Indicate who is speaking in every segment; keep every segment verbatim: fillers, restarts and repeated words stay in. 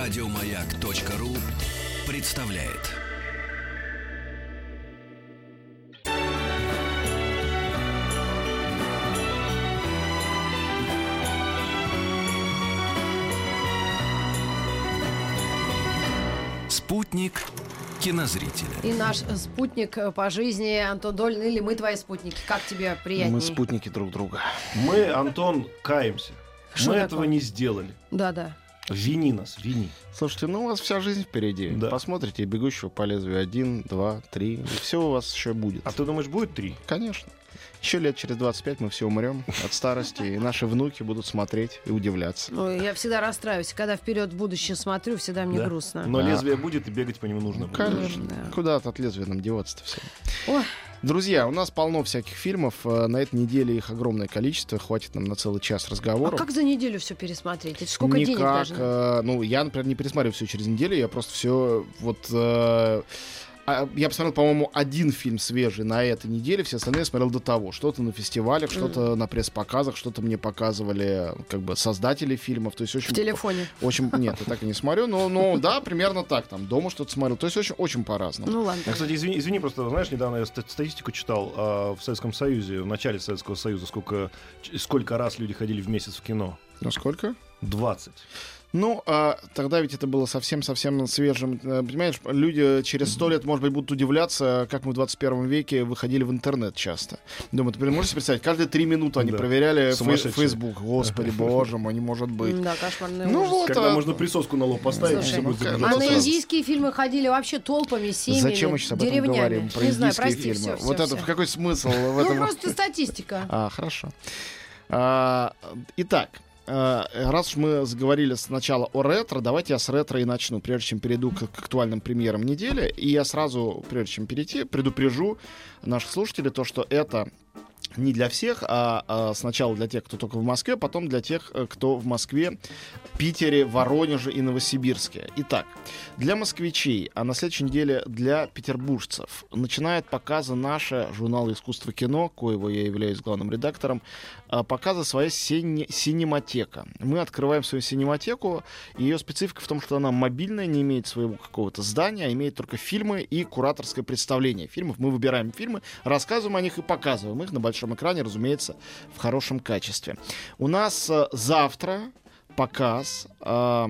Speaker 1: Радиомаяк.ру представляет. Спутник кинозрителя.
Speaker 2: И наш спутник по жизни Антон Долин, или мы твои спутники. Как тебе приятнее?
Speaker 3: Мы спутники друг друга.
Speaker 4: Мы, Антон, каемся.
Speaker 2: Что
Speaker 4: мы
Speaker 2: такое?
Speaker 4: этого не сделали.
Speaker 2: Да-да.
Speaker 4: Вини нас, вини.
Speaker 3: Слушайте, ну у вас вся жизнь впереди.
Speaker 4: Да.
Speaker 3: Посмотрите «Бегущего по лезвию» один, два, три. И все у вас еще будет.
Speaker 4: А ты думаешь, будет три?
Speaker 3: Конечно. Еще лет через двадцать пять мы все умрем от старости, и наши внуки будут смотреть и удивляться.
Speaker 2: Ой, я всегда расстраиваюсь. Когда вперед в будущее смотрю, всегда мне
Speaker 4: Да.
Speaker 2: грустно.
Speaker 4: Но
Speaker 3: Да.
Speaker 4: лезвие будет, и бегать по нему нужно. будет.
Speaker 3: Конечно.
Speaker 2: Да.
Speaker 3: Куда от лезвия нам деваться-то все?
Speaker 2: Ой,
Speaker 3: Друзья, у нас полно всяких фильмов. Э, На этой неделе их огромное количество. Хватит нам на целый час
Speaker 2: а
Speaker 3: разговоров.
Speaker 2: как за неделю все пересмотреть? Это сколько денег
Speaker 3: Никак.
Speaker 2: должно?
Speaker 3: э, ну, я, например, не пересматриваю все через неделю. Я просто все вот... э, а, я посмотрел, по-моему, один фильм свежий на этой неделе. Все остальные я смотрел до того. Что-то на фестивалях, что-то на пресс-показах, что-то мне показывали как бы создатели фильмов. То есть очень...
Speaker 2: В телефоне.
Speaker 3: Очень... Нет, я так и не смотрю. Но, но да, примерно так. Там дома что-то смотрел. То есть очень, очень по-разному.
Speaker 2: Ну ладно.
Speaker 4: А, кстати, извини, извини, просто, знаешь, недавно я ста- статистику читал а, в Советском Союзе, в начале Советского Союза, сколько, ч- сколько раз люди ходили в месяц в кино.
Speaker 3: Ну сколько?
Speaker 4: двадцать.
Speaker 3: Ну, а тогда ведь это было совсем-совсем свежим. Э, Понимаешь, люди через сто лет, может быть, будут удивляться, как мы в двадцать первом веке выходили в интернет часто. Думаю, ты можешь себе представить, каждые три минуты они
Speaker 4: Да.
Speaker 3: проверяли фей-
Speaker 4: Сумасшедшие.
Speaker 3: Facebook. Господи, боже мой, не может быть.
Speaker 2: Да, кошмарный
Speaker 3: Ну
Speaker 2: ужас.
Speaker 3: вот,
Speaker 4: Когда
Speaker 3: а-
Speaker 4: можно присоску на лоб поставить,
Speaker 2: Слушай,
Speaker 4: и все будет
Speaker 3: ну,
Speaker 2: А
Speaker 4: загружаться
Speaker 2: на
Speaker 3: вот
Speaker 4: сразу.
Speaker 2: индийские фильмы ходили вообще толпами, семьями,
Speaker 3: Зачем мы сейчас об этом
Speaker 2: деревнями.
Speaker 3: говорим? Про
Speaker 2: Не знаю,
Speaker 3: индийские
Speaker 2: прости,
Speaker 3: фильмы.
Speaker 2: всё, всё,
Speaker 3: вот
Speaker 2: всё.
Speaker 3: это какой смысл в
Speaker 2: Ну,
Speaker 3: этом?
Speaker 2: просто статистика.
Speaker 3: А, хорошо. А, итак, а, раз уж мы заговорили сначала о ретро, давайте я с ретро и начну, прежде чем перейду к, к актуальным премьерам недели. И я сразу, прежде чем перейти, предупрежу наших слушателей, то, что это не для всех, а, а сначала для тех, кто только в Москве, потом для тех, э, кто в Москве, Питере, Воронеже и Новосибирске. Итак, для москвичей, а на следующей неделе для петербуржцев начинает показы наше журнал «Искусство кино», коего я являюсь главным редактором, а, показы своя сини- синематека. Мы открываем свою синематеку, и ее специфика в том, что она мобильная, не имеет своего какого-то здания, а имеет только фильмы и кураторское представление фильмов. Мы выбираем фильмы, рассказываем о них и показываем их на большом экране, разумеется, в хорошем качестве. У нас э, завтра показ э,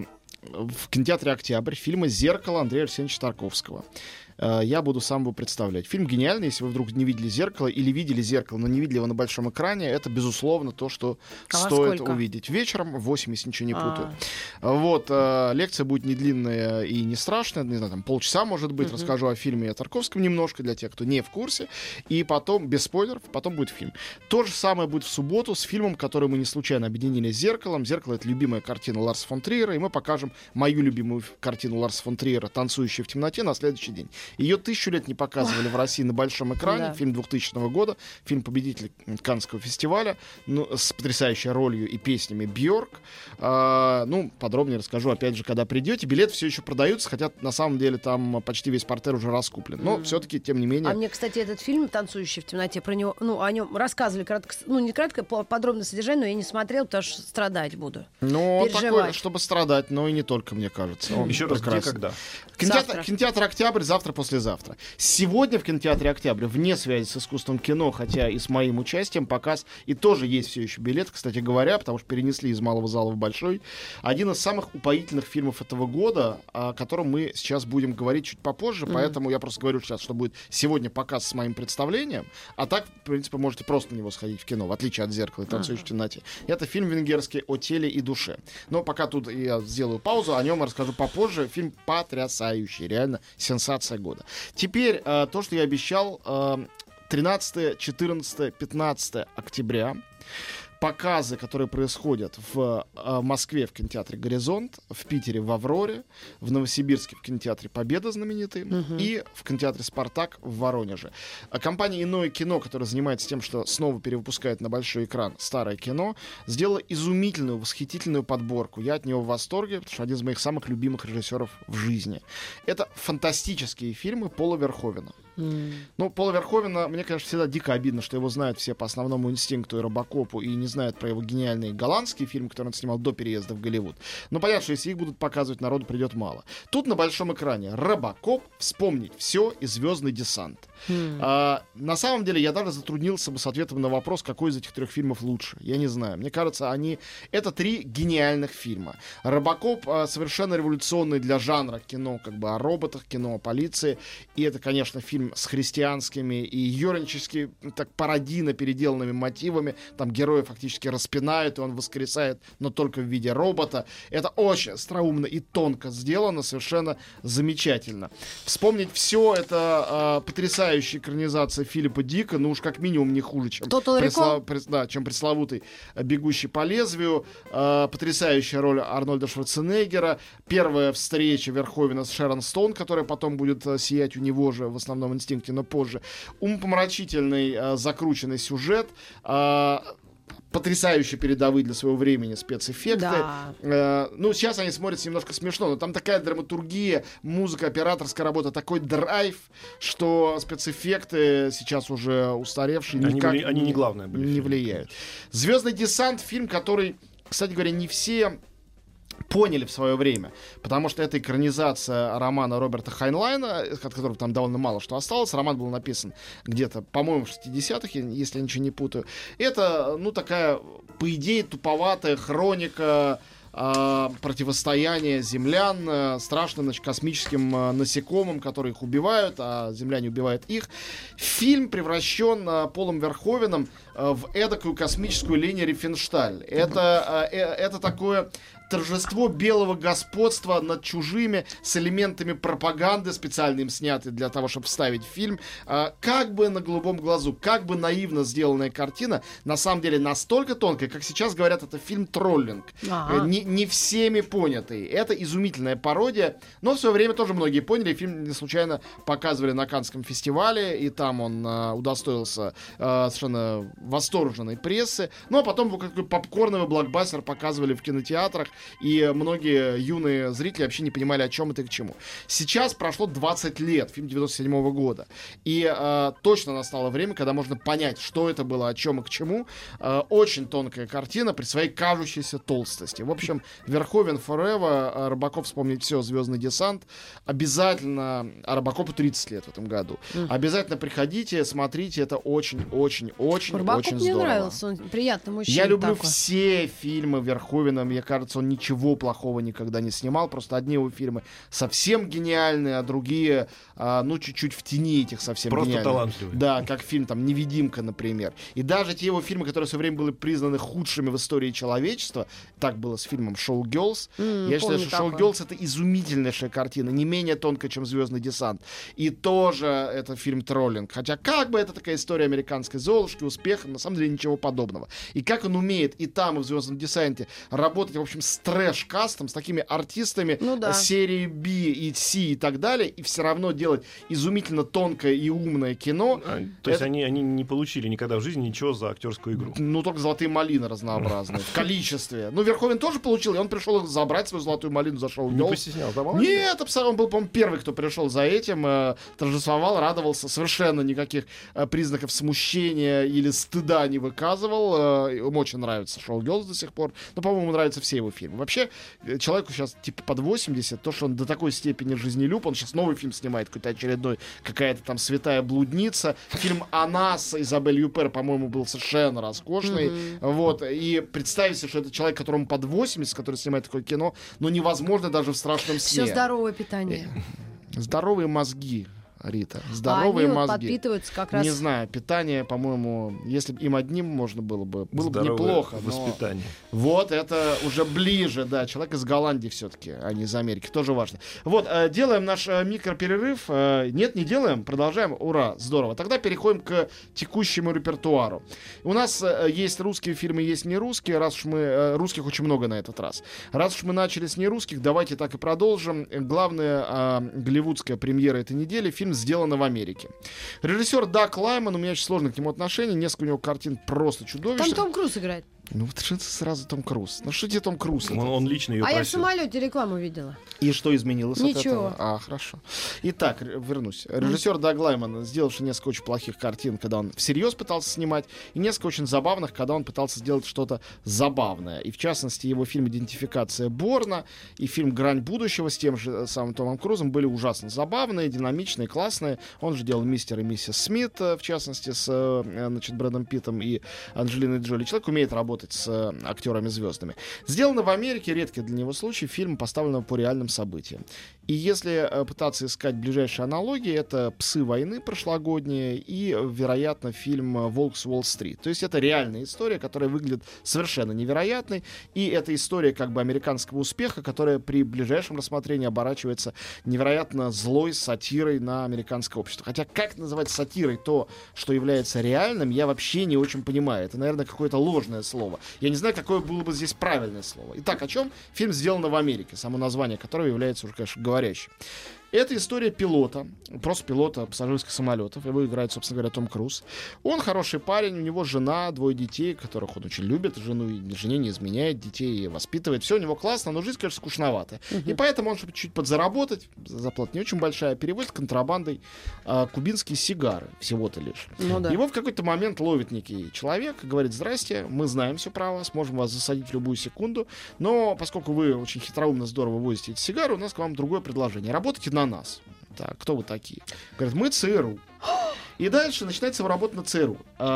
Speaker 3: в кинотеатре «Октябрь» фильма «Зеркало» Андрея Арсеньевича Тарковского. Э, Я буду сам его представлять. Фильм гениальный, если вы вдруг не видели «Зеркало» или видели «Зеркало», но не видели его на большом экране, это, безусловно, то, что
Speaker 2: А во
Speaker 3: стоит
Speaker 2: сколько?
Speaker 3: увидеть. Вечером в восемь, если ничего не
Speaker 2: А.
Speaker 3: путаю. Вот, э, лекция будет не длинная и не страшная, не знаю, там полчаса, может быть.
Speaker 2: Мгм.
Speaker 3: Расскажу о фильме Тарковском немножко для тех, кто не в курсе. И потом, без спойлеров, потом будет фильм. То же самое будет в субботу с фильмом, который мы не случайно объединили с «Зеркалом». «Зеркало» — это любимая картина Ларса фон Триера, и мы покажем мою любимую ф- картину Ларса фон Триера «Танцующая в темноте» на следующий день. Ее тысячу лет не показывали в России на большом экране.
Speaker 2: Да.
Speaker 3: Фильм двухтысячного года, фильм победитель Каннского фестиваля, ну, с потрясающей ролью и песнями Бьорк. А, ну, подробнее расскажу, опять же, когда придете. Билеты все еще продаются, хотя на самом деле там почти весь партер уже раскуплен. Но
Speaker 2: Мгм.
Speaker 3: все-таки, тем не менее...
Speaker 2: А мне, кстати, этот фильм «Танцующий в темноте», про него, ну, о нем рассказывали кратко, ну, не кратко, по- подробное содержание, но я не смотрел, потому что страдать буду.
Speaker 3: Ну, он такой,
Speaker 2: переживать.
Speaker 3: чтобы страдать, но и не только, мне кажется. Он
Speaker 4: Еще раз, где,
Speaker 3: прекрасен.
Speaker 4: когда?
Speaker 3: Кинотеатр,
Speaker 2: Завтра.
Speaker 3: кинотеатр «Октябрь» завтра-послезавтра. Сегодня в кинотеатре «Октябрь», вне связи с искусством кино, хотя и с моим участием, показ, и тоже есть все еще билет, кстати говоря, потому что перенесли из малого зала в большой. Один из самых упоительных фильмов этого года, о котором мы сейчас будем говорить чуть попозже,
Speaker 2: Мгм.
Speaker 3: поэтому я просто говорю сейчас, что будет сегодня показ с моим представлением, а так, в принципе, можете просто на него сходить в кино, в отличие от «Зеркала» и «Танцующей в темноте». Это фильм венгерский о теле и душе. Но пока тут я сделаю паузу, о нем я расскажу попозже. Фильм потрясающий, реально сенсация года. Теперь э, то, что я обещал, э, тринадцатое, четырнадцатое, пятнадцатое октября. Показы, которые происходят в э, Москве в кинотеатре «Горизонт», в Питере в «Авроре», в Новосибирске в кинотеатре «Победа» знаменитый,
Speaker 2: Мгм.
Speaker 3: и в кинотеатре «Спартак» в Воронеже. А компания «Иное кино», которая занимается тем, что снова перевыпускает на большой экран старое кино, сделала изумительную, восхитительную подборку. Я от него в восторге, потому что один из моих самых любимых режиссеров в жизни. Это фантастические фильмы Пола Верховена.
Speaker 2: Mm.
Speaker 3: Ну, Пола Верховена, мне, конечно, всегда дико обидно, что его знают все по «Основному инстинкту» и «Робокопу» и не знают про его гениальные голландские фильмы, которые он снимал до переезда в Голливуд. Но понятно, что если их будут показывать, народу придет мало. Тут на большом экране «Робокоп», «Вспомнить все» и «Звездный десант». Mm. А, на самом деле, я даже затруднился бы с ответом на вопрос, какой из этих трех фильмов лучше. Я не знаю. Мне кажется, они... Это три гениальных фильма. «Робокоп» а, совершенно революционный для жанра кино, как бы о роботах, кино о полиции. И это, конечно, фильм с христианскими и юрнически так пародийно переделанными мотивами. Там героя фактически распинают, и он воскресает, но только в виде робота. Это очень остроумно и тонко сделано, совершенно замечательно. «Вспомнить все» — это э, потрясающая экранизация Филиппа Дика, ну уж как минимум не хуже, чем, пресла... прес... да, чем пресловутый «Бегущий по лезвию». Э, потрясающая роль Арнольда Шварценеггера. Первая встреча Верховена с Шерон Стоун, которая потом будет э, сиять у него же в «Основном инстинкте», но позже. Умопомрачительный, э, закрученный сюжет. Э, потрясающе передовые для своего времени спецэффекты.
Speaker 2: Да.
Speaker 3: Э, ну, сейчас они смотрятся немножко смешно, но там такая драматургия, музыка, операторская работа, такой драйв, что спецэффекты сейчас уже устаревшие
Speaker 4: они
Speaker 3: никак
Speaker 4: были, они не, главное были
Speaker 3: не влияют. «Звездный десант» — фильм, который, кстати говоря, не все поняли в свое время, потому что это экранизация романа Роберта Хайнлайна, от которого там довольно мало что осталось. Роман был написан где-то, по-моему, в шестидесятых, если я ничего не путаю. Это, ну, такая, по идее, туповатая хроника э, противостояния землян э, страшным, значит, космическим э, насекомым, которые их убивают, а земляне убивают их. Фильм превращен э, Полом Верховеном э, в эдакую космическую линию Рифеншталь. Это, э, э, это такое торжество белого господства над чужими с элементами пропаганды, специально им сняты для того, чтобы вставить в фильм. А, как бы на голубом глазу, как бы наивно сделанная картина, на самом деле настолько тонкая, как сейчас говорят, это фильм троллинг.
Speaker 2: Ага.
Speaker 3: Не, не всеми понятый. Это изумительная пародия, но в свое время тоже многие поняли. Фильм не случайно показывали на Каннском фестивале, и там он а, удостоился а, совершенно восторженной прессы. Ну, а потом какой попкорновый блокбастер показывали в кинотеатрах, и многие юные зрители вообще не понимали, о чем это и к чему. Сейчас прошло двадцать лет, фильм девяносто седьмого года, и э, точно настало время, когда можно понять, что это было, о чем и к чему. Э, очень тонкая картина при своей кажущейся толстости. В общем, Верховен forever, Робокоп «Вспомнить все», «Звездный десант». Обязательно, а Робокопу тридцать лет в этом году. Mm. Обязательно приходите, смотрите, это очень-очень-очень очень
Speaker 2: мне
Speaker 3: здорово.
Speaker 2: Нравился, он приятный мужчина.
Speaker 3: Я люблю
Speaker 2: такой.
Speaker 3: все фильмы Верховена, мне кажется, он ничего плохого никогда не снимал. Просто одни его фильмы совсем гениальные, а другие, а, ну, чуть-чуть в тени этих совсем
Speaker 4: просто
Speaker 3: гениальных.
Speaker 4: талантливые.
Speaker 3: Да, как фильм там «Невидимка», например. И даже те его фильмы, которые в свое время были признаны худшими в истории человечества, так было с фильмом «Шоу Гёрлз».
Speaker 2: Mm,
Speaker 3: Я считаю, что «Шоу Гёрлз» — это изумительнейшая картина, не менее тонкая, чем «Звездный десант». И тоже это фильм троллинг. Хотя как бы это такая история американской Золушки, успеха, на самом деле ничего подобного. И как он умеет и там, и в «Звездном десанте» работать, в общем, с трэш-кастом, с такими артистами
Speaker 2: ну, да.
Speaker 3: серии B и C и так далее, и все равно делать изумительно тонкое и умное кино.
Speaker 4: А, то
Speaker 3: это...
Speaker 4: есть они, они не получили никогда в жизни ничего за актерскую игру?
Speaker 3: Ну, только золотые малины разнообразные, в количестве. Ну, Верховен тоже получил, и он пришел забрать свою золотую малину за «Шоу
Speaker 4: Не
Speaker 3: Гёрлз».
Speaker 4: постеснялся, да?
Speaker 3: Нет, абсолютно. Он был, по-моему, первый, кто пришел за этим, э, торжествовал, радовался, совершенно никаких э, признаков смущения или стыда не выказывал. Э, ему очень нравится «Шоу Гёрлз» до сих пор, но, по-моему, нравятся все его фильмы. Вообще, человеку сейчас типа под восемьдесят, то, что он до такой степени жизнелюб, он сейчас новый фильм снимает, какой-то очередной, какая-то там «Святая блудница». Фильм «О нас» Изабель Юпер, по-моему, был совершенно роскошный. Mm-hmm. Вот. И представить себе, что это человек, которому под восемьдесят, который снимает такое кино, ну, невозможно даже в страшном сне.
Speaker 2: Все здоровое питание.
Speaker 3: Здоровые мозги. Рита. Здоровые
Speaker 2: а они
Speaker 3: мозги.
Speaker 2: Вот подпитываются как раз...
Speaker 3: Не знаю, питание, по-моему, если бы им одним можно было бы, было бы
Speaker 4: Здоровое
Speaker 3: неплохо.
Speaker 4: воспитание.
Speaker 3: Но вот это уже ближе, да, человек из Голландии все-таки, а не из Америки, тоже важно. Вот, э, делаем наш э, микроперерыв. Э, нет, не делаем, продолжаем. Ура, здорово. Тогда переходим к текущему репертуару. У нас э, есть русские фильмы, есть не русские. Раз уж мы, э, русских очень много на этот раз. Раз уж мы начали с нерусских, давайте так и продолжим. Главная э, голливудская премьера этой недели — фильм «Сделано в Америке». Режиссер Даг Лайман, у меня очень сложно к нему отношение, несколько у него картин просто чудовищных.
Speaker 2: Там Том Круз играет.
Speaker 3: Ну, вот что сразу Том Круз. Ну, что тебе Том Круз?
Speaker 4: Он, он лично ее
Speaker 2: А
Speaker 4: просил.
Speaker 2: я в самолете рекламу видела.
Speaker 3: И что изменилось
Speaker 2: Ничего.
Speaker 3: от этого? А, хорошо. Итак, р- вернусь. Режиссер Даг Лайман, сделавший несколько очень плохих картин, когда он всерьез пытался снимать, и несколько очень забавных, когда он пытался сделать что-то забавное. И, в частности, его фильм «Идентификация Борна» и фильм «Грань будущего» с тем же самым Томом Крузом были ужасно забавные, динамичные, классные. Он же делал «Мистер и миссис Смит», в частности, с э, значит, Брэдом Питтом и Анджелиной Джоли. Человек умеет работать с э, актерами-звездами. Сделано в Америке, редкий для него случай, фильм, поставленный по реальным событиям. И если э, пытаться искать ближайшие аналогии, это «Псы войны» прошлогодние и, э, вероятно, фильм э, «Волк с Уолл-стрит». То есть это реальная история, которая выглядит совершенно невероятной, и это история как бы американского успеха, которая при ближайшем рассмотрении оборачивается невероятно злой сатирой на американское общество. Хотя как называть сатирой то, что является реальным, я вообще не очень понимаю. Это, наверное, какое-то ложное слово. Я не знаю, какое было бы здесь правильное слово. Итак, о чем фильм «Сделано в Америке», само название которого является уже, конечно, говорящим. Это история пилота, просто пилота пассажирских самолетов. Его играет, собственно говоря, Том Круз. Он хороший парень, у него жена, двое детей, которых он очень любит. Жену, жене не изменяет, детей воспитывает. Все у него классно, но жизнь, конечно, скучноватая. Uh-huh. И поэтому он, чтобы чуть подзаработать, зарплата не очень большая, перевозит контрабандой а, кубинские сигары, всего-то лишь.
Speaker 2: Ну, да.
Speaker 3: Его в какой-то момент ловит некий человек, говорит: здрасте, мы знаем все про вас, можем вас засадить в любую секунду, но поскольку вы очень хитроумно, здорово возите эти сигары, у нас к вам другое предложение. Работайте на нас. Так, кто вы такие? Говорят, мы ЦРУ. И дальше начинается работа на ЦРУ.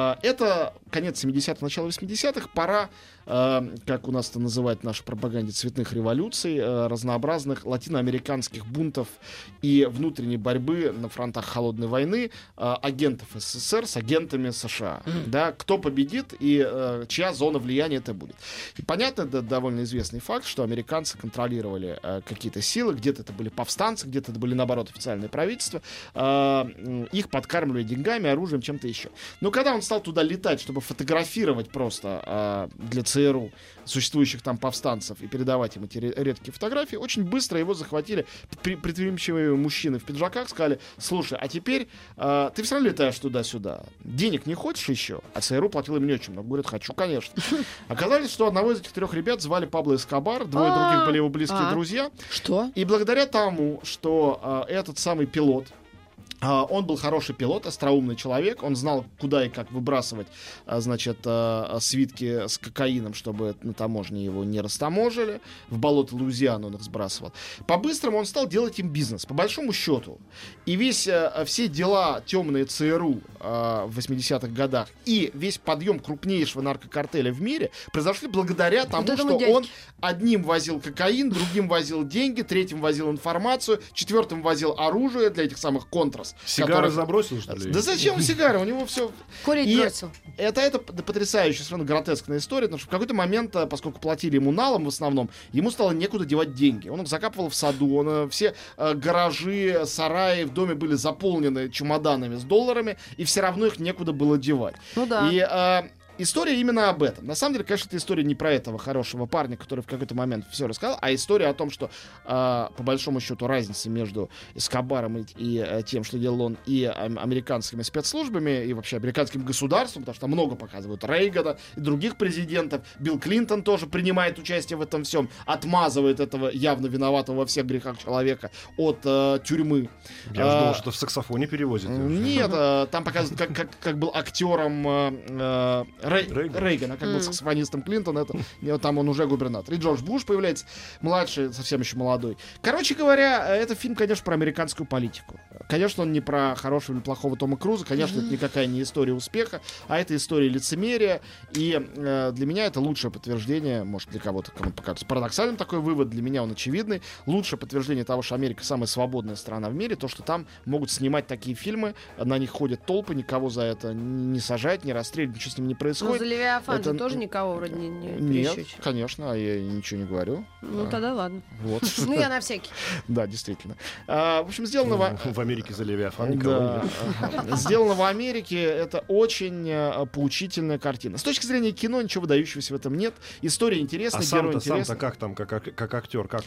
Speaker 3: Это конец семидесятых, начало восьмидесятых. Пора, как у нас это называют в нашей пропаганде, цветных революций, разнообразных латиноамериканских бунтов и внутренней борьбы на фронтах холодной войны агентов СССР с агентами США. Mm. Да, кто победит и чья зона влияния это будет. И понятно, это довольно известный факт, что американцы контролировали какие-то силы, где-то это были повстанцы, где-то это были, наоборот, официальные правительства. Их подкармливали деньгами, оружием, чем-то еще. Но когда он стал туда летать, чтобы фотографировать просто э, для ЦРУ существующих там повстанцев и передавать им эти редкие фотографии, очень быстро его захватили при- предприимчивые мужчины в пиджаках, сказали: слушай, а теперь э, ты все равно летаешь туда-сюда, денег не хочешь еще? А ЦРУ платил им не очень много. Говорят, хочу, конечно. Оказалось, что одного из этих трех ребят звали Пабло Эскобар, двое других были его близкие друзья.
Speaker 2: Что?
Speaker 3: И благодаря тому, что этот самый пилот, он был хороший пилот, остроумный человек. Он знал, куда и как выбрасывать, значит, свитки с кокаином, чтобы на таможне его не растаможили. В болото Луизианы он их сбрасывал. По-быстрому он стал делать им бизнес, по большому счету. И весь, все дела темные ЦРУ в восьмидесятых годах и весь подъем крупнейшего наркокартеля в мире произошли благодаря тому,
Speaker 2: вот
Speaker 3: что
Speaker 2: дядьке.
Speaker 3: он одним возил кокаин, другим возил деньги, третьим возил информацию, четвертым возил оружие для этих самых контрас.
Speaker 4: Сигары
Speaker 3: которых...
Speaker 4: забросил, что ли?
Speaker 3: Да зачем сигары? У него все...
Speaker 2: Курить
Speaker 3: И
Speaker 2: бросил.
Speaker 3: Это, это потрясающая, совершенно гротескная история, потому что в какой-то момент, поскольку платили ему налом в основном, ему стало некуда девать деньги. Он их закапывал в саду, он, э, все э, гаражи, сараи в доме были заполнены чемоданами с долларами, и все равно их некуда было девать.
Speaker 2: Ну да.
Speaker 3: И... Э, История именно об этом. На самом деле, конечно, это история не про этого хорошего парня, который в какой-то момент все рассказал, а история о том, что э, по большому счету разница между Эскобаром и, и э, тем, что делал он, и э, американскими спецслужбами, и вообще американским государством, потому что много показывают Рейгана и других президентов. Билл Клинтон тоже принимает участие в этом всем, отмазывает этого явно виноватого во всех грехах человека от э, тюрьмы.
Speaker 4: Я а, думал, что в саксофоне перевозят.
Speaker 3: Нет, э, там показывают, как, как, как был актером э, Рей...
Speaker 4: Рейган.
Speaker 3: Рейган, а как mm. был саксофонистом Клинтон, это, там он уже губернатор. И Джордж Буш появляется, младший, совсем еще молодой. Короче говоря, это фильм, конечно, про американскую политику. Конечно, он не про хорошего или плохого Тома Круза, конечно, mm-hmm. это никакая не история успеха, а это история лицемерия. И э, для меня это лучшее подтверждение, может, для кого-то кому-то покажется парадоксальным такой вывод, для меня он очевидный. Лучшее подтверждение того, что Америка самая свободная страна в мире, то, что там могут снимать такие фильмы, на них ходят толпы, никого за это не сажать, не расстреливать, ничего с ним не происходит.
Speaker 2: Ну, за Левиафан
Speaker 3: это...
Speaker 2: же тоже никого вроде не, не
Speaker 3: Нет,
Speaker 2: перещучит.
Speaker 3: конечно, я ничего не говорю.
Speaker 2: Ну,
Speaker 3: а,
Speaker 2: тогда ладно.
Speaker 3: Вот.
Speaker 2: Ну, я на всякий.
Speaker 3: Да, действительно. А, в общем, сделано в...
Speaker 4: В Америке за Левиафан никого
Speaker 3: да. нет. Сделано в Америке. Это очень а, поучительная картина. С точки зрения кино ничего выдающегося в этом нет. История интересная,
Speaker 4: а
Speaker 3: герой
Speaker 4: сам-то,
Speaker 3: интересный.
Speaker 4: сам-то как там, как, как, как актер, как он?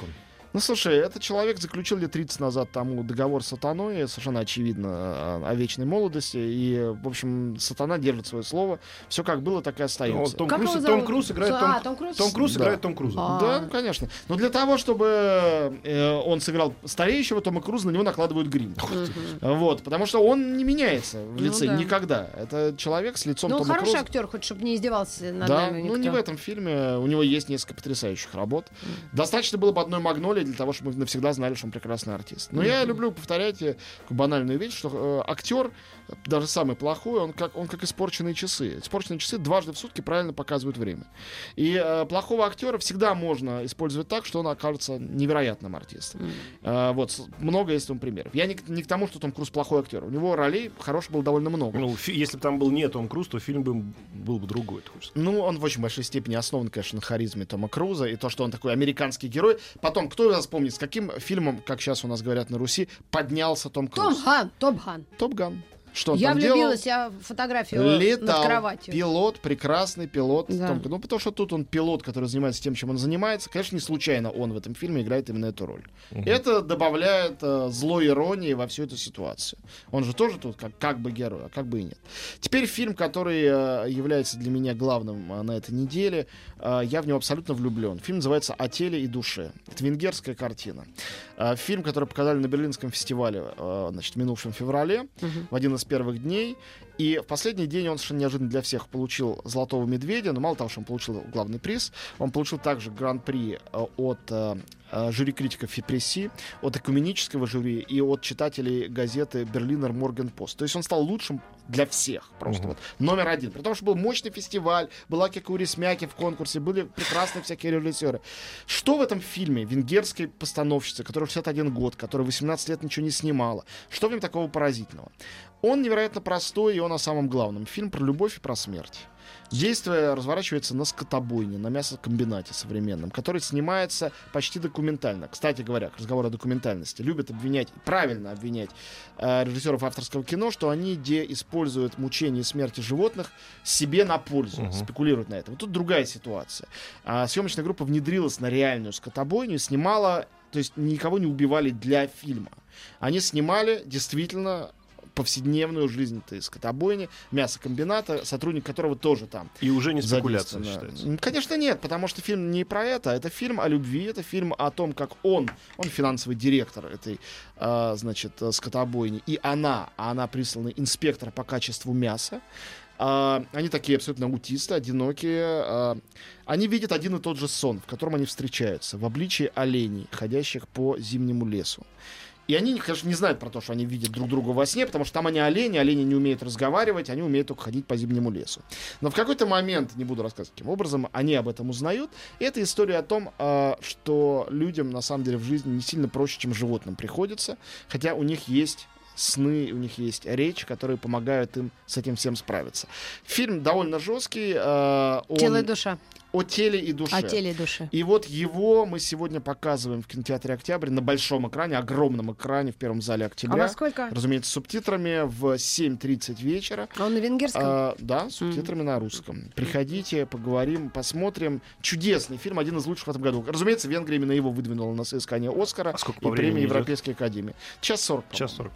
Speaker 3: Ну, слушай, этот человек заключил лет тридцать назад тому договор с сатаной, совершенно очевидно, о, о вечной молодости. И, в общем, сатана держит свое слово. Все как было, так и остается.
Speaker 4: Вот, Том,
Speaker 2: Как
Speaker 4: Круз,
Speaker 2: его
Speaker 4: Том
Speaker 2: зовут?
Speaker 4: Круз играет
Speaker 2: А,
Speaker 4: Том,
Speaker 2: Том Круз?
Speaker 4: Том Круз
Speaker 3: Да.
Speaker 4: играет Том Круза.
Speaker 2: А.
Speaker 3: Да, ну, конечно. Но для того, чтобы э, он сыграл стареющего Тома Круза, на него накладывают грим. Вот, потому что он не меняется в
Speaker 2: Ну
Speaker 3: лице
Speaker 2: да.
Speaker 3: никогда. Это человек с лицом
Speaker 2: Ну,
Speaker 3: Тома
Speaker 2: хороший
Speaker 3: Круза.
Speaker 2: актер, хоть чтобы не издевался над
Speaker 3: Да,
Speaker 2: нами
Speaker 3: ну не
Speaker 2: никто.
Speaker 3: в этом фильме. У него есть несколько потрясающих работ. Достаточно было бы одной «Магнолии» для того, чтобы мы навсегда знали, что он прекрасный артист. Но я люблю повторять э, такую банальную вещь, что э, актер, даже самый плохой, он как, он как испорченные часы. Испорченные часы дважды в сутки правильно показывают время. И э, плохого актера всегда можно использовать так, что он окажется невероятным артистом. Э, вот, с- много есть тому примеров. Я не, к- не к тому, что Том Круз плохой актер. У него ролей хороших было довольно много.
Speaker 4: Ну, фи- если бы там был не Том Круз, то фильм бы был бы другой. ты хочешь сказать.
Speaker 3: Ну, он в очень большой степени основан, конечно, на харизме Тома Круза и то, что он такой американский герой. Потом, кто из вас помнит, с каким фильмом, как сейчас у нас говорят на Руси, поднялся Том
Speaker 2: Том
Speaker 3: Круз?
Speaker 2: Ган, Том Ган.
Speaker 3: Топ Ган. Что он
Speaker 2: Я
Speaker 3: там
Speaker 2: влюбилась,
Speaker 3: делал?
Speaker 2: я фотографию над
Speaker 3: Летал,
Speaker 2: кроватью.
Speaker 3: пилот, прекрасный пилот.
Speaker 2: Да.
Speaker 3: Том- ну, потому что тут он пилот, который занимается тем, чем он занимается. Конечно, не случайно он в этом фильме играет именно эту роль. Это добавляет э, злой иронии во всю эту ситуацию. Он же тоже тут как, как бы герой, а как бы и нет. Теперь фильм, который э, является для меня главным э, на этой неделе. Э, я в него абсолютно влюблен. Фильм называется «О теле и душе». Это венгерская картина. Э, фильм, который показали на Берлинском фестивале э, значит, в минувшем феврале, в один из первых дней. И в последний день он совершенно неожиданно для всех получил «Золотого медведя». Но мало того, что он получил главный приз, он получил также гран-при э, от э, э, жюри критиков и пресси, от экуменического жюри и от читателей газеты «Берлинер Моргенпост». То есть он стал лучшим для всех. Просто
Speaker 4: Мгм.
Speaker 3: вот номер один. Потому что был мощный фестиваль, была Кекури Смяки в конкурсе, были прекрасные всякие режиссеры. Что в этом фильме венгерской постановщицы, которая шестьдесят один год, которая восемнадцать лет ничего не снимала, что в нем такого поразительного? Он невероятно простой, и он о самом главном. Фильм про любовь и про смерть. Действие разворачивается на скотобойне, на мясокомбинате современном, который снимается почти документально. Кстати говоря, к разговору о документальности. Любят обвинять, правильно обвинять э, режиссеров авторского кино, что они где используют мучение и смерти животных себе на пользу,
Speaker 4: Мгм.
Speaker 3: спекулируют на этом. Тут другая ситуация. А, съемочная группа внедрилась на реальную скотобойню и снимала, то есть никого не убивали для фильма. Они снимали действительно повседневную жизнь этой скотобойни, мясокомбината, сотрудник которого тоже там.
Speaker 4: И уже не спекуляция
Speaker 3: задействован.
Speaker 4: считается.
Speaker 3: М, Конечно, нет, потому что фильм не про это. Это фильм о любви, это фильм о том, как он, он финансовый директор этой, а, значит, э, скотобойни, и она, а она прислана инспектор по качеству мяса. А, они такие абсолютно аутисты, одинокие. А, они видят один и тот же сон, в котором они встречаются, в обличии оленей, ходящих по зимнему лесу. И они, конечно, не знают про то, что они видят друг друга во сне, потому что там они олени, олени не умеют разговаривать, они умеют только ходить по зимнему лесу. Но в какой-то момент, не буду рассказывать каким образом, они об этом узнают. И это история о том, а, что людям на самом деле в жизни не сильно проще, чем животным приходится, хотя у них есть сны, у них есть речь, которые помогают им с этим всем справиться. Фильм довольно жесткий. а, он
Speaker 2: Тело и душа.
Speaker 3: о теле и душе.
Speaker 2: О теле и душе.
Speaker 3: И вот его мы сегодня показываем в кинотеатре «Октябрь» на большом экране, огромном экране в первом зале
Speaker 2: А
Speaker 3: «Октября».
Speaker 2: во сколько?
Speaker 3: Разумеется, с субтитрами в семь тридцать вечера.
Speaker 2: А он на венгерском?
Speaker 3: А, да, с субтитрами на русском. Приходите, поговорим, посмотрим. Чудесный фильм, один из лучших в этом году. Разумеется, Венгрия именно его выдвинула на соискание «Оскара»
Speaker 4: А сколько
Speaker 3: и
Speaker 4: по времени
Speaker 3: премии
Speaker 4: идет?
Speaker 3: Европейской академии. Час сорок.
Speaker 4: Час сорок.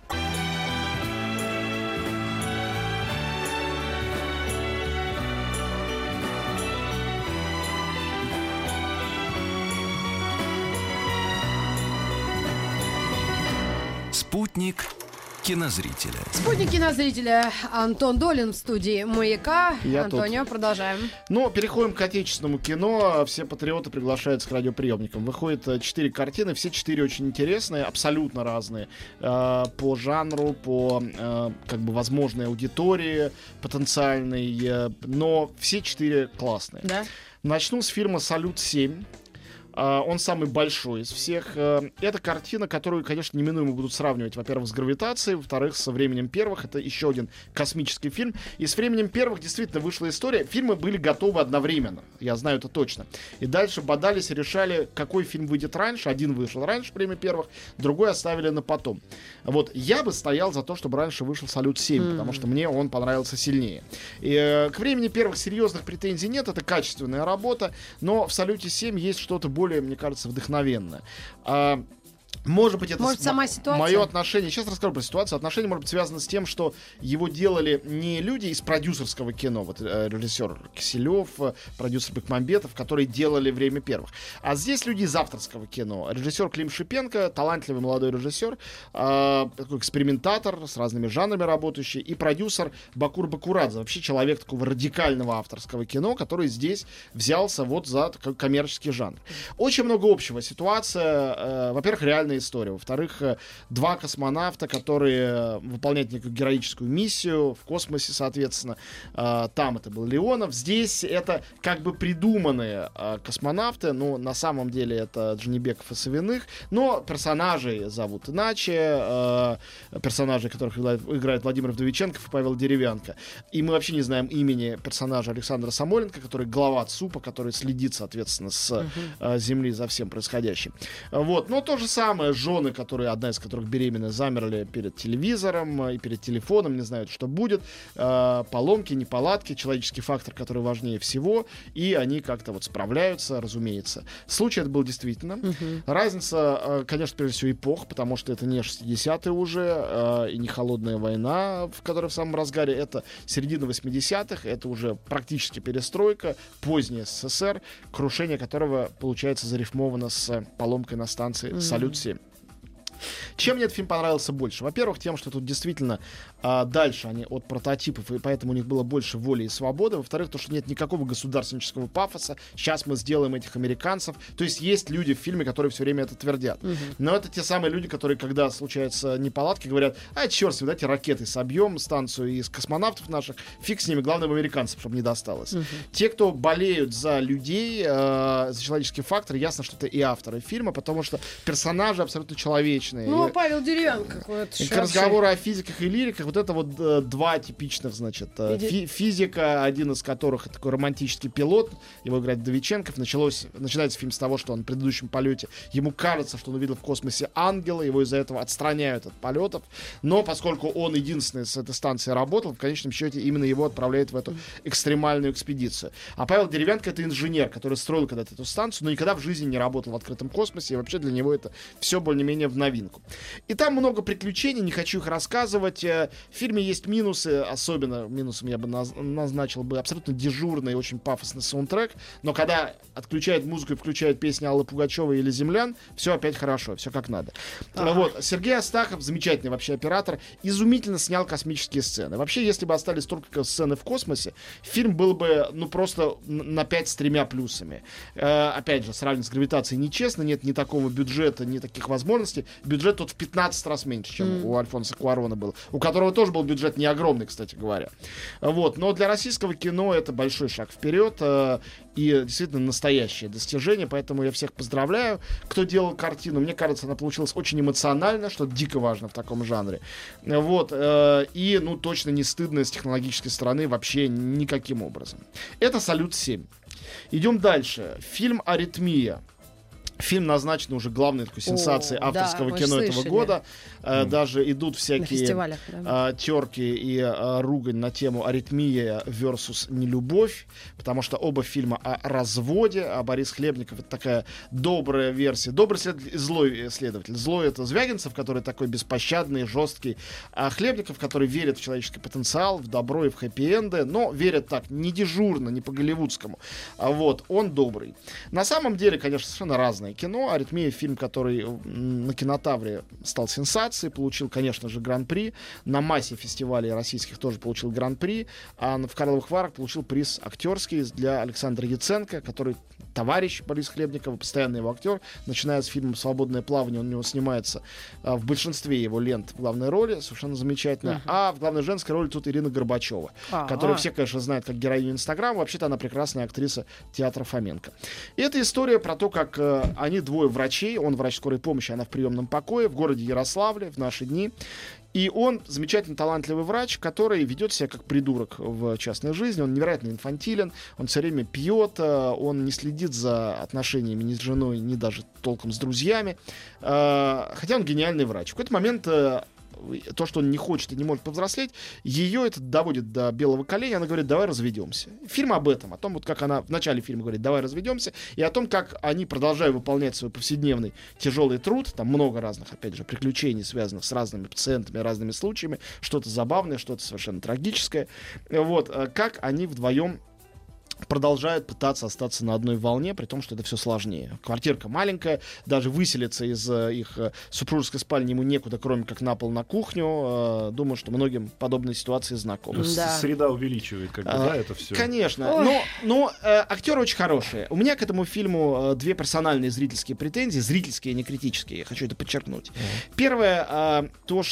Speaker 1: Спутник кинозрителя.
Speaker 2: Спутник кинозрителя Антон Долин в студии «Маяка».
Speaker 3: Я
Speaker 2: Антонио, продолжаем.
Speaker 3: Ну, переходим к отечественному кино. Все патриоты приглашаются к радиоприемникам. Выходит э, четыре картины, все четыре очень интересные, абсолютно разные. Э, по жанру, по э, как бы возможной аудитории потенциальной. э, но все четыре классные.
Speaker 2: Да?
Speaker 3: Начну с фильма «Салют-семь». Uh, он самый большой из всех. Uh, это картина, которую, конечно, неминуемо будут сравнивать, во-первых, с «Гравитацией», во-вторых, со «Временем первых». Это еще один космический фильм. И с «Временем первых» действительно вышла история. Фильмы были готовы одновременно. Я знаю это точно. И дальше бодались и решали, какой фильм выйдет раньше. Один вышел раньше «Время первых», другой оставили на потом. Вот. Я бы стоял за то, чтобы раньше вышел «Салют-семь», mm-hmm. потому что мне он понравился сильнее. И, uh, к «Времени первых» серьезных претензий нет. Это качественная работа. Но в «Салюте-семь» есть что-то более наиболее, мне кажется, вдохновенная. А, Может быть, это
Speaker 2: может,
Speaker 3: с-
Speaker 2: сама ситуация?
Speaker 3: мое отношение. Сейчас расскажу про ситуацию. Отношение может быть связано с тем, что его делали не люди из продюсерского кино, вот э, режиссер Киселев, э, продюсер Бекмамбетов, которые делали «Время первых». А здесь люди из авторского кино. Режиссер Клим Шипенко, талантливый молодой режиссер, э, такой экспериментатор с разными жанрами работающий, и продюсер Бакур Бакурадзе, вообще человек такого радикального авторского кино, который здесь взялся вот за такой коммерческий жанр. Очень много общего. Ситуация, э, во-первых, реальная история. Во-вторых, э, два космонавта, которые э, выполняют некую героическую миссию в космосе, соответственно. Э, там это был Леонов. Здесь это как бы придуманные э, космонавты. Ну, на самом деле это Джанибеков и Савиных. Но персонажей зовут иначе. Э, персонажей, которых играет, играет Владимир Вдовиченков и Павел Деревянко. И мы вообще не знаем имени персонажа Александра Самойленко, который глава ЦУПа, который следит, соответственно, с uh-huh. э, Земли за всем происходящим. Вот. Но то же самое. Жены, которые, одна из которых беременна, замерли перед телевизором и перед телефоном, не знают, что будет. Э, поломки, неполадки, человеческий фактор, который важнее всего. И они как-то вот справляются, разумеется. Случай это был действительно. Uh-huh. Разница, э, конечно, прежде всего эпох, потому что это не шестидесятые уже, э, и не холодная война, в которой в самом разгаре. Это середина восьмидесятых, это уже практически перестройка, поздний СССР, крушение которого, получается, зарифмовано с поломкой на станции mm-hmm. «Салют-семь». Чем мне этот фильм понравился больше? Во-первых, тем, что тут действительно а, дальше они от прототипов, и поэтому у них было больше воли и свободы. Во-вторых, то, что нет никакого государственнического пафоса. Сейчас мы сделаем этих американцев. То есть есть люди в фильме, которые все время это твердят. Угу. Но это те самые люди, которые, когда случаются неполадки, говорят: а, черт с ним, давайте ракетой собьем станцию из космонавтов наших, фиг с ними, главное, американцам, чтобы не досталось. Угу. Те, кто болеют за людей, э, за человеческий фактор, ясно, что это и авторы фильма, потому что персонажи абсолютно человечные.
Speaker 2: Ну, Павел Деревянко. Вот,
Speaker 3: к разговору о физиках и лириках, вот это вот э, два типичных, значит, э, фи- физика, один из которых такой романтический пилот, его играет Вдовиченков. Началось, начинается фильм с того, что он в предыдущем полете, ему кажется, что он увидел в космосе ангела, его из-за этого отстраняют от полетов, но поскольку он единственный с этой станции работал, в конечном счете именно его отправляют в эту экстремальную экспедицию. А Павел Деревянко — это инженер, который строил когда-то эту станцию, но никогда в жизни не работал в открытом космосе, и вообще для него это все более-менее в новинку. И там много приключений, не хочу их рассказывать. В фильме есть минусы, особенно минусом я бы наз- назначил бы абсолютно дежурный, очень пафосный саундтрек, но когда отключают музыку и включают песни Аллы Пугачевой или «Землян», все опять хорошо, все как надо. Ага. Вот. Сергей Астахов, замечательный вообще оператор, изумительно снял космические сцены. Вообще, если бы остались только сцены в космосе, фильм был бы, ну, просто на пять с тремя плюсами. Э, опять же, сравнивать с «Гравитацией» нечестно, нет ни такого бюджета, ни таких возможностей. Бюджет тут в пятнадцать раз меньше, чем mm. у Альфонса Куарона был, у которого тоже был бюджет не огромный, кстати говоря. Вот. Но для российского кино это большой шаг вперед э, и действительно настоящее достижение, поэтому я всех поздравляю, кто делал картину. Мне кажется, она получилась очень эмоционально, что дико важно в таком жанре. Вот. Э, и, ну, точно не стыдно с технологической стороны вообще никаким образом. Это «Салют-семь». Идем дальше. Фильм «Аритмия». Фильм назначен уже главной такой сенсацией О, авторского да, кино этого года. Mm. Даже идут всякие да. терки и а, ругань на тему «Аритмия versus нелюбовь», потому что оба фильма о разводе, а Борис Хлебников — это такая добрая версия. Добрый следователь и злой следователь. Злой — это Звягинцев, который такой беспощадный, жесткий, а Хлебников, который верит в человеческий потенциал, в добро и в хэппи-энды, но верит так, не дежурно, не по-голливудскому. А вот, он добрый. На самом деле, конечно, совершенно разные кино. «Аритмия» — фильм, который на Кинотавре стал сенсацией, получил, конечно же, гран-при. На массе фестивалей российских тоже получил гран-при. А в Карловых Варах получил приз актерский для Александра Яценко, который товарищ Бориса Хлебникова, постоянный его актер. Начиная с фильма «Свободное плавание», он у него снимается а, в большинстве его лент в главной роли, совершенно замечательно. Uh-huh. А в главной женской роли тут Ирина Горбачева, uh-huh. которую все, конечно, знают как героиню Инстаграма. Вообще-то она прекрасная актриса театра Фоменко. И это история про то, как э, они двое врачей, он врач скорой помощи, она в приемном покое в городе Ярославле в наши дни. И он замечательно талантливый врач, который ведет себя как придурок в частной жизни. Он невероятно инфантилен, он все время пьет, он не следит за отношениями ни с женой, ни даже толком с друзьями. Хотя он гениальный врач. В какой-то момент то, что он не хочет и не может повзрослеть, ее это доводит до белого коленя. Она говорит, давай разведемся. Фильм об этом, о том, вот как она в начале фильма говорит, давай разведемся, и о том, как они, продолжая выполнять свой повседневный тяжелый труд, там много разных, опять же, приключений, связанных с разными пациентами, разными случаями, что-то забавное, что-то совершенно трагическое, вот, как они вдвоем продолжают пытаться остаться на одной волне, при том, что это все сложнее. Квартирка маленькая, даже выселиться из э, их э, супружеской спальни ему некуда, кроме как на пол на кухню. Э, думаю, что многим подобные ситуации знакомы.
Speaker 4: Да. Среда увеличивает, как бы, а, да, это все.
Speaker 3: Конечно, Ой. но, но э, актеры очень хорошие. У меня к этому фильму э, две персональные зрительские претензии, зрительские, не критические, я хочу это подчеркнуть. Mm. Первое, э, то,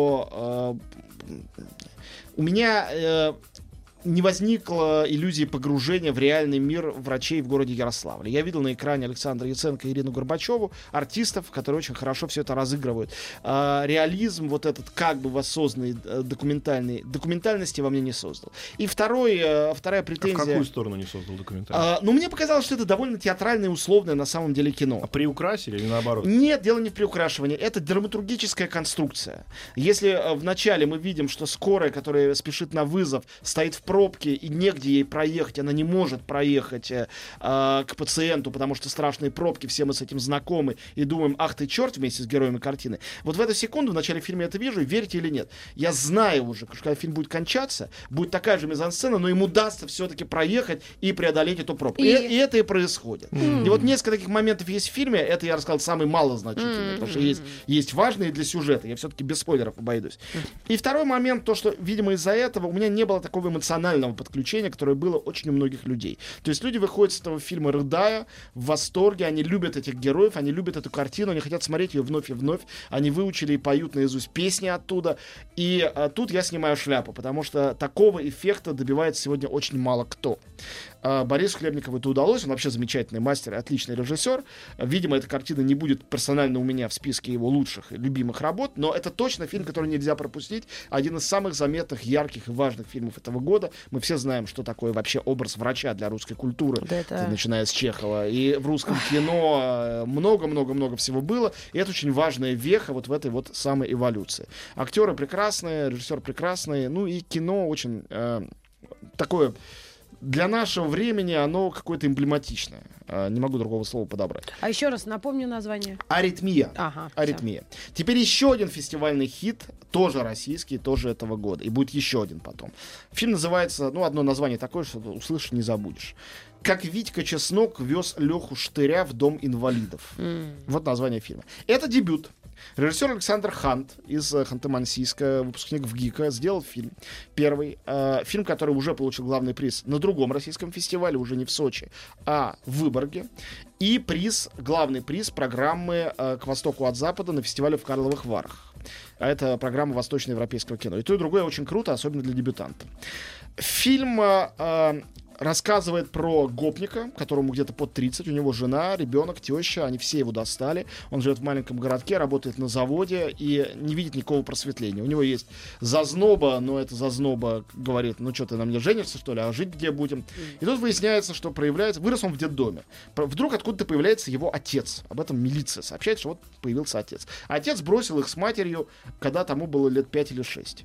Speaker 3: что э, у меня... Э, не возникло иллюзии погружения в реальный мир врачей в городе Ярославле. Я видел на экране Александра Яценко и Ирину Горбачеву, артистов, которые очень хорошо все это разыгрывают. А, реализм вот этот как бы воссозданный, документальный, документальности во мне не создал. И второй, вторая претензия... А
Speaker 4: в какую сторону не создал документальность?
Speaker 3: А, ну, мне показалось, что это довольно театральное и условное на самом деле кино.
Speaker 4: А приукрасили или наоборот?
Speaker 3: Нет, дело не в приукрашивании. Это драматургическая конструкция. Если в начале мы видим, что скорая, которая спешит на вызов, стоит в пробке и негде ей проехать, она не может проехать э, к пациенту, потому что страшные пробки, все мы с этим знакомы, и думаем, ах ты черт, вместе с героями картины. Вот в эту секунду, в начале фильма я это вижу, верите или нет, я знаю уже, что когда фильм будет кончаться, будет такая же мизансцена, но им удастся все-таки проехать и преодолеть эту пробку. И, и, и это и происходит. Mm. И вот несколько таких моментов есть в фильме, это, я рассказал, самый малозначительный, mm. потому что есть, есть важные для сюжета, я все-таки без спойлеров обойдусь. Mm. И второй момент, то, что, видимо, из-за этого у меня не было такого эмоционального подключения, которое было очень у многих людей. То есть люди выходят с этого фильма, рыдая, в восторге, они любят этих героев, они любят эту картину, они хотят смотреть ее вновь и вновь, они выучили и поют наизусть песни оттуда, и а, тут я снимаю шляпу, потому что такого эффекта добивается сегодня очень мало кто. А, Борису Хлебникову это удалось, он вообще замечательный мастер, отличный режиссер. Видимо, эта картина не будет персонально у меня в списке его лучших и любимых работ, но это точно фильм, который нельзя пропустить, один из самых заметных, ярких и важных фильмов этого года. Мы все знаем, что такое вообще образ врача для русской культуры, да, это... начиная с Чехова. И в русском кино много-много-много всего было. И это очень важная веха вот в этой вот самой эволюции. Актеры прекрасные, режиссер прекрасный, ну и кино очень э, такое... Для нашего времени оно какое-то эмблематичное. А, не могу другого слова подобрать.
Speaker 2: А еще раз напомню название.
Speaker 3: «Аритмия».
Speaker 2: Ага,
Speaker 3: «Аритмия». Теперь еще один фестивальный хит, тоже российский, тоже этого года. И будет еще один потом. Фильм называется, ну, одно название такое, что услышишь, не забудешь. «Как Витька Чеснок вез Леху Штыря в дом инвалидов». Mm. Вот название фильма. Это дебют. Режиссер Александр Хант из Ханты-Мансийска, выпускник ВГИКа, сделал фильм. Первый. Э, фильм, который уже получил главный приз на другом российском фестивале, уже не в Сочи, а в Выборге. И приз, главный приз программы э, «К востоку от запада» на фестивале в Карловых Варах. А это программа восточноевропейского кино. И то, и другое очень круто, особенно для дебютанта. Фильм... Э, рассказывает про гопника, которому где-то под тридцать, у него жена, ребенок, теща, они все его достали. Он живет в маленьком городке, работает на заводе и не видит никакого просветления. У него есть зазноба, но эта зазноба говорит, ну что, ты на мне женишься, что ли, а жить где будем? И тут выясняется, что проявляется... Вырос он в детдоме. Вдруг откуда-то появляется его отец. Об этом милиция сообщает, что вот появился отец. А отец бросил их с матерью, когда тому было лет пять или шесть.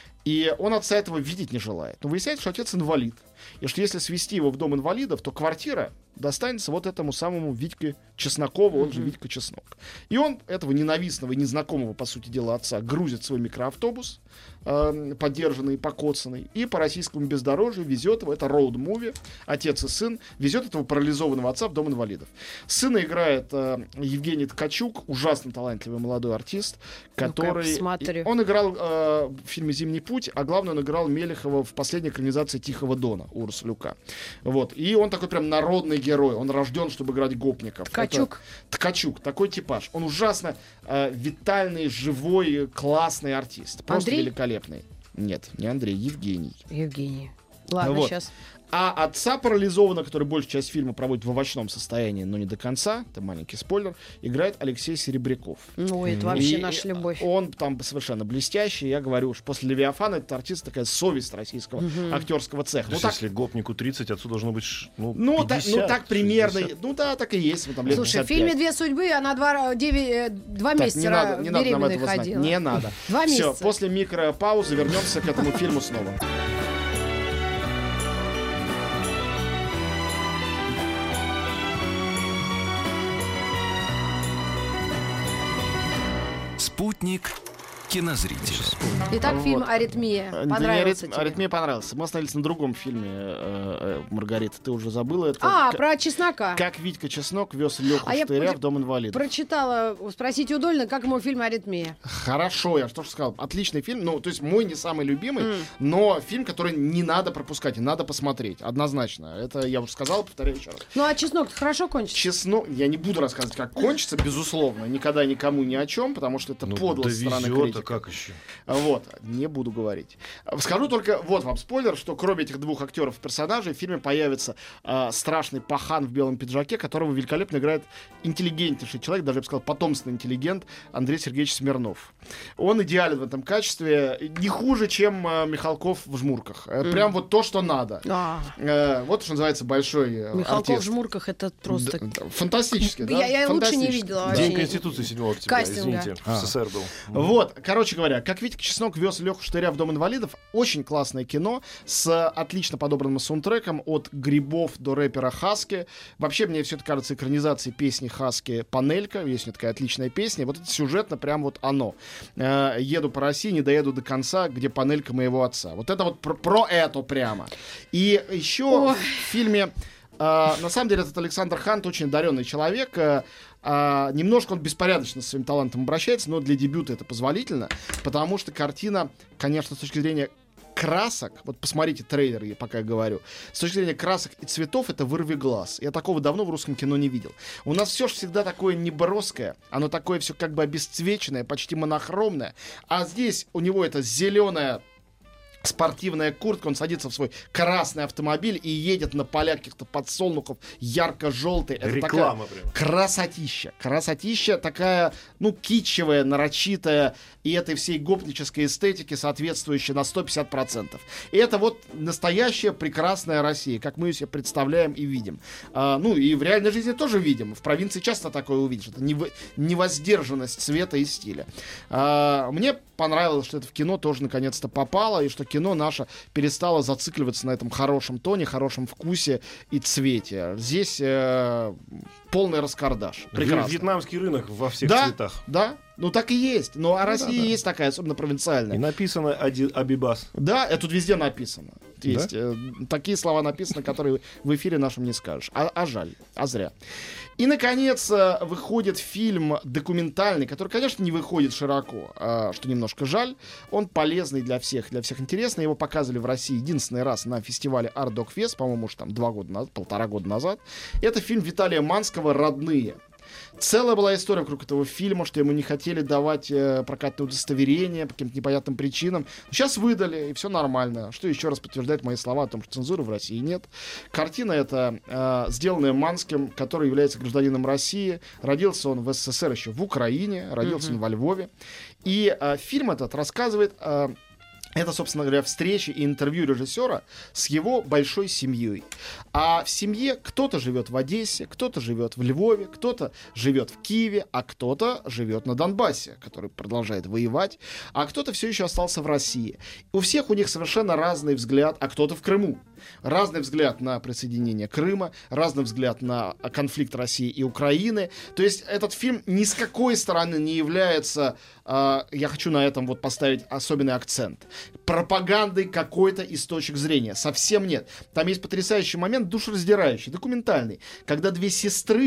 Speaker 3: И он отца этого видеть не желает. Но выясняется, что отец инвалид. И что если свезти его в дом инвалидов, то квартира достанется вот этому самому Витьке Чеснокову, он mm-hmm. же Витька Чеснок. И он этого ненавистного и незнакомого, по сути дела, отца грузит в свой микроавтобус, э, подержанный и покоцанный, и по российскому бездорожью везет его, это роуд-муви, отец и сын, везет этого парализованного отца в дом инвалидов. Сына играет э, Евгений Ткачук, ужасно талантливый молодой артист, который...
Speaker 2: Ну,
Speaker 3: он играл э, в фильме «Зимний путь», а главное, он играл Мелехова в последней экранизации «Тихого дона» Урсуля Люка. Вот. И он такой прям народный герой. Он рожден, чтобы играть гопников.
Speaker 2: Ткачук.
Speaker 3: Это Ткачук. Такой типаж. Он ужасно э, витальный, живой, классный артист. Просто
Speaker 2: Андрей?
Speaker 3: великолепный. Нет, не Андрей, Евгений.
Speaker 2: Евгений. Ладно,
Speaker 3: вот.
Speaker 2: сейчас.
Speaker 3: А отца парализованного, который большую часть фильма проводит в овощном состоянии, но не до конца, это маленький спойлер, играет Алексей Серебряков.
Speaker 2: Ну, это вообще
Speaker 3: И
Speaker 2: наша любовь.
Speaker 3: Он там совершенно блестящий. Я говорю, что после «Левиафана» этот артист такая совесть российского
Speaker 2: Мгм.
Speaker 3: актерского цеха.
Speaker 4: То
Speaker 3: Ну
Speaker 4: есть,
Speaker 3: так,
Speaker 4: если гопнику тридцать, отцу должно быть ш- ну,
Speaker 3: ну, так,
Speaker 4: пятьдесят,
Speaker 3: ну, так примерно.
Speaker 4: шестьдесят.
Speaker 3: Ну да, так и есть. Там, лет
Speaker 2: Слушай, в
Speaker 3: пятьдесят пять.
Speaker 2: фильме «Две судьбы» она два, девять, э, два
Speaker 3: Так,
Speaker 2: месяца
Speaker 3: не надо, не надо нам
Speaker 2: беременной
Speaker 3: этого знать.
Speaker 2: ходила.
Speaker 3: Не надо.
Speaker 2: Два
Speaker 3: Все,
Speaker 2: месяца.
Speaker 3: после микропаузы вернемся к этому фильму снова.
Speaker 1: Спутник кинозрителя.
Speaker 2: Итак,
Speaker 3: Вот.
Speaker 2: фильм «Аритмия».
Speaker 3: Э, да не
Speaker 2: Понравился
Speaker 3: арит-
Speaker 2: тебе?
Speaker 3: «Аритмия» понравился. Мы остановились на другом фильме, э, э, Маргарита, ты уже забыла это.
Speaker 2: А,
Speaker 3: К-
Speaker 2: про чеснока.
Speaker 3: Как Витька Чеснок вез Леху
Speaker 2: А я
Speaker 3: Штыря
Speaker 2: пр-
Speaker 3: в дом инвалидов.
Speaker 2: Прочитала, спросите у Дольна, как ему фильм «Аритмия».
Speaker 3: Хорошо, я что ж сказал. Отличный фильм. Ну, то есть мой не самый любимый,
Speaker 2: М.
Speaker 3: но фильм, который не надо пропускать, и надо посмотреть. Однозначно. Это я уже сказал, повторяю еще раз.
Speaker 2: Ну, а чеснок хорошо кончится?
Speaker 3: Честно, я не буду рассказывать, как кончится, безусловно. Никогда никому ни о чем, потому что это
Speaker 4: Ну,
Speaker 3: подлость со стороны
Speaker 4: довезёт, а
Speaker 3: критика.
Speaker 4: как еще?
Speaker 3: Вот, не буду говорить. Скажу только, вот вам спойлер, что кроме этих двух актеров-персонажей в фильме появится э, страшный пахан в белом пиджаке, которого великолепно играет интеллигентнейший человек, даже я бы сказал, потомственный интеллигент Андрей Сергеевич Смирнов. Он идеален в этом качестве, не хуже, чем э, Михалков в «Жмурках». Э, Прям вот то, что надо.
Speaker 2: А,
Speaker 3: Э, вот что называется большой э,
Speaker 2: Михалков в
Speaker 3: артист.
Speaker 2: «Жмурках» — это просто...
Speaker 3: Д- д- Фантастически, да?
Speaker 2: Я, я лучше не
Speaker 3: Фантастически.
Speaker 2: видела вообще.
Speaker 4: День Конституции седьмого октября,
Speaker 2: Кастинга.
Speaker 4: извините, в
Speaker 3: А.
Speaker 4: СССР был.
Speaker 3: Вот, короче говоря, как Витька Чеснок вез Леху Штыря в дом инвалидов, очень классное кино с отлично подобранным саундтреком от грибов до рэпера Хаски. Вообще, мне все это кажется экранизацией песни Хаски «Панелька». Есть у нее такая отличная песня. Вот это сюжетно прям вот оно. Э, еду по России, не доеду до конца, где панелька моего отца. Вот это вот про, про это прямо. И еще
Speaker 2: Ой.
Speaker 3: в фильме... Uh, на самом деле этот Александр Хант очень одаренный человек. Uh, uh, немножко он беспорядочно со своим талантом обращается, но для дебюта это позволительно, потому что картина, конечно, с точки зрения красок, вот посмотрите трейлер, я пока говорю, с точки зрения красок и цветов это вырви глаз. Я такого давно в русском кино не видел. У нас все же всегда такое неброское, оно такое все как бы обесцвеченное, почти монохромное, а здесь у него это зеленое спортивная куртка, он садится в свой красный автомобиль и едет на поля каких-то подсолнухов ярко-желтый. Это
Speaker 4: Реклама
Speaker 3: такая
Speaker 4: прям.
Speaker 3: красотища. Красотища такая, ну, китчевая, нарочитая, и этой всей гопнической эстетики соответствующая на сто пятьдесят процентов. И это вот настоящая прекрасная Россия, как мы ее себе представляем и видим. А, ну, и в реальной жизни тоже видим. В провинции часто такое увидишь. Это нев- невоздержанность цвета и стиля. А, мне понравилось, что это в кино тоже наконец-то попало, и что кино наше перестало зацикливаться на этом хорошем тоне, хорошем вкусе и цвете. Здесь э, полный раскардаш. Прекрасно.
Speaker 4: Вьетнамский рынок во всех
Speaker 3: Да,
Speaker 4: цветах.
Speaker 3: да, ну так и есть. Ну, а Россия
Speaker 4: да, да.
Speaker 3: есть такая, особенно провинциальная.
Speaker 4: И написано Ади- Абибас.
Speaker 3: Да, это тут везде написано. Есть э, такие слова написаны, которые в эфире нашем не скажешь. А, а жаль, а зря. И, наконец, э, выходит фильм документальный, который, конечно, не выходит широко, э, что немножко жаль. Он полезный для всех, для всех интересный. Его показывали в России единственный раз на фестивале Art Dog Fest, по-моему, уж там два года назад, полтора года назад. Это фильм Виталия Манского «Родные». Целая была история вокруг этого фильма, что ему не хотели давать э, прокатное удостоверение по каким-то непонятным причинам. Сейчас выдали, и все нормально. Что еще раз подтверждает мои слова о том, что цензуры в России нет. Картина эта, э, сделанная Манским, который является гражданином России. Родился он в СССР еще в Украине, родился mm-hmm. он во Львове. И э, фильм этот рассказывает... Э, Это, собственно говоря, встречи и интервью режиссера с его большой семьей. А в семье кто-то живет в Одессе, кто-то живет в Львове, кто-то живет в Киеве, а кто-то живет на Донбассе, который продолжает воевать, а кто-то все еще остался в России. У всех у них совершенно разный взгляд, а кто-то в Крыму. Разный взгляд на присоединение Крыма, разный взгляд на конфликт России и Украины. То есть этот фильм ни с какой стороны не является, э, я хочу на этом вот поставить особенный акцент, пропагандой какой-то из точек зрения. Совсем нет. Там есть потрясающий момент, душераздирающий, документальный, когда две сестры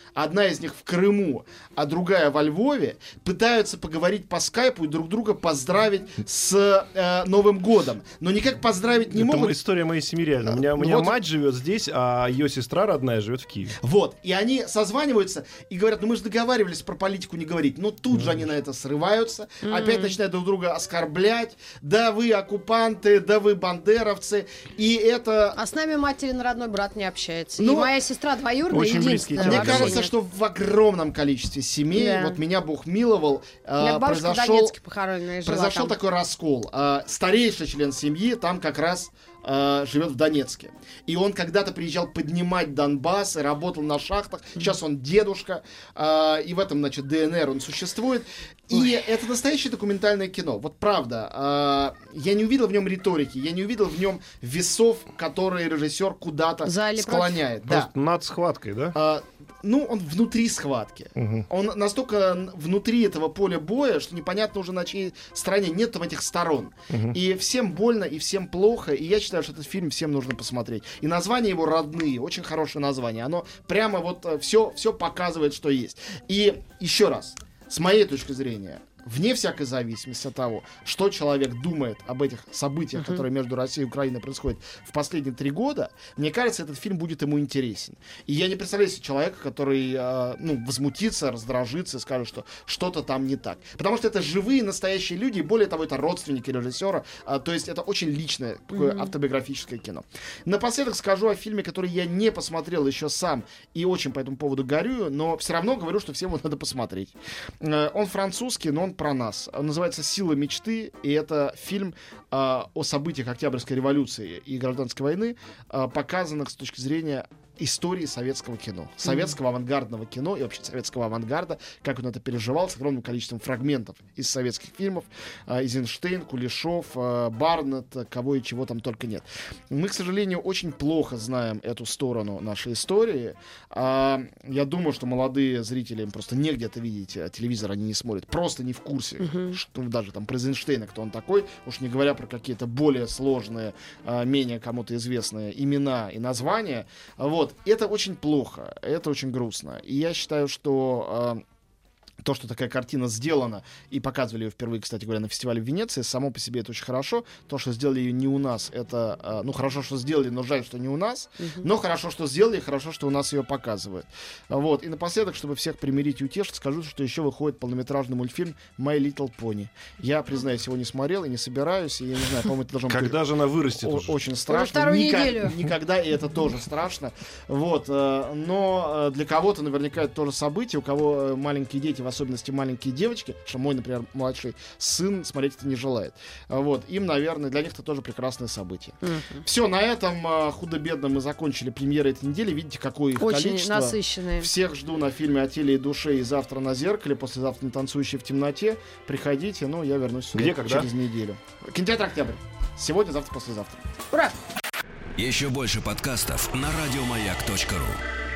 Speaker 3: одна из них в Крыму, а другая во Львове, пытаются поговорить по скайпу и друг друга поздравить с э, Новым годом. Но никак поздравить не
Speaker 4: Это
Speaker 3: могут.
Speaker 4: история моей семьи реально. У меня, у меня
Speaker 3: Вот.
Speaker 4: мать живет здесь, а ее сестра родная живет в Киеве.
Speaker 3: Вот, и они созваниваются и говорят, ну мы же договаривались про политику не говорить. Но тут же они на это срываются, опять начинают друг друга оскорблять. Да вы оккупанты, да вы бандеровцы. И это...
Speaker 2: А с нами материн родной брат не общается.
Speaker 3: Ну,
Speaker 2: и моя сестра двоюродная,
Speaker 4: очень близкие
Speaker 2: единственная.
Speaker 3: Мне
Speaker 4: вообще
Speaker 3: кажется,
Speaker 2: нет.
Speaker 3: что в огромном количестве семей,
Speaker 2: Да.
Speaker 3: вот меня Бог миловал,
Speaker 2: У меня
Speaker 3: э,
Speaker 2: бабушка в
Speaker 3: произошел,
Speaker 2: Донецке похоронена и жила
Speaker 3: произошел
Speaker 2: там.
Speaker 3: такой раскол. Э, старейший член семьи там как раз э, живет в Донецке. И он когда-то приезжал поднимать Донбасс и работал на шахтах. Сейчас он дедушка. Э, и в этом, значит, ДНР он существует. И это настоящее документальное кино. Вот правда. Э, я не увидел в нем риторики. Я не увидел в нем весов, которые режиссер куда-то
Speaker 2: За или
Speaker 3: склоняет. Да.
Speaker 4: Просто над схваткой, да?
Speaker 3: А, ну, он внутри схватки.
Speaker 4: Мгм.
Speaker 3: Он настолько н- внутри этого поля боя, что непонятно уже на чьей стороне. Нет там этих сторон. И всем больно, и всем плохо. И я считаю, что этот фильм всем нужно посмотреть. И название его «Родные». Очень хорошее название. Оно прямо вот все, все показывает, что есть. И еще раз, с моей точки зрения, вне всякой зависимости от того, что человек думает об этих событиях, uh-huh. которые между Россией и Украиной происходят в последние три года, мне кажется, этот фильм будет ему интересен. И я не представляю себе человека, который э, ну, возмутится, раздражится и скажет, что что-то там не так. Потому что это живые, настоящие люди, и более того, это родственники режиссера, э, то есть это очень личное, такое uh-huh. автобиографическое кино. Напоследок скажу о фильме, который я не посмотрел еще сам, и очень по этому поводу горюю, но все равно говорю, что всем его надо посмотреть. Э, он французский, но он про нас. Он называется «Сила мечты», и это фильм э, о событиях Октябрьской революции и гражданской войны, э, показанных с точки зрения истории советского кино. Советского mm-hmm. авангардного кино и вообще советского авангарда, как он это переживал, с огромным количеством фрагментов из советских фильмов. Э, Эйзенштейн, Кулешов, э, Барнетт, кого и чего там только нет. Мы, к сожалению, очень плохо знаем эту сторону нашей истории. Э, я думаю, что молодые зрители, им просто негде это видеть. Телевизор они не смотрят. Просто не в курсе, mm-hmm. что даже там про Эйзенштейна, кто он такой. Уж не говоря про какие-то более сложные, э, менее кому-то известные имена и названия. Вот. Это очень плохо, это очень грустно. И я считаю, что э, то, что такая картина сделана, и показывали ее впервые, кстати говоря, на фестивале в Венеции, само по себе это очень хорошо. То, что сделали ее не у нас, это, э, ну, хорошо, что сделали, но жаль, что не у нас. Uh-huh. Но хорошо, что сделали, хорошо, что у нас ее показывают. Вот. И напоследок, чтобы всех примирить и утешить, скажу, что еще выходит полнометражный мультфильм My Little Pony. Я, признаюсь, его не смотрел и не собираюсь, и я не знаю, по-моему, это должно быть...
Speaker 4: Когда же она вырастет
Speaker 3: О-
Speaker 4: уже?
Speaker 3: Очень страшно.
Speaker 2: вторую
Speaker 3: Ника-
Speaker 2: неделю.
Speaker 3: Никогда, и это тоже страшно. Вот. э, Но э, для кого-то наверняка это тоже событие. У кого э, маленькие дети, в особенности маленькие девочки, что мой, например, младший сын смотреть это не желает. А Вот. Им, наверное, для них это тоже прекрасное событие.
Speaker 2: Мгм.
Speaker 3: Все, на этом э, худо-бедно мы закончили премьеры этой недели. Видите, какое их
Speaker 2: Очень
Speaker 3: количество.
Speaker 2: насыщенные.
Speaker 3: Всех жду на фильме «О теле и душе» и завтра на «Зеркале», послезавтра на «Танцующей в темноте». Приходите, ну, я вернусь сюда
Speaker 4: Где, когда?
Speaker 3: через неделю. Кинотеатр «Октябрь». Сегодня, завтра, послезавтра.
Speaker 2: Ура!
Speaker 1: Еще больше подкастов на радиомаяк точка ру.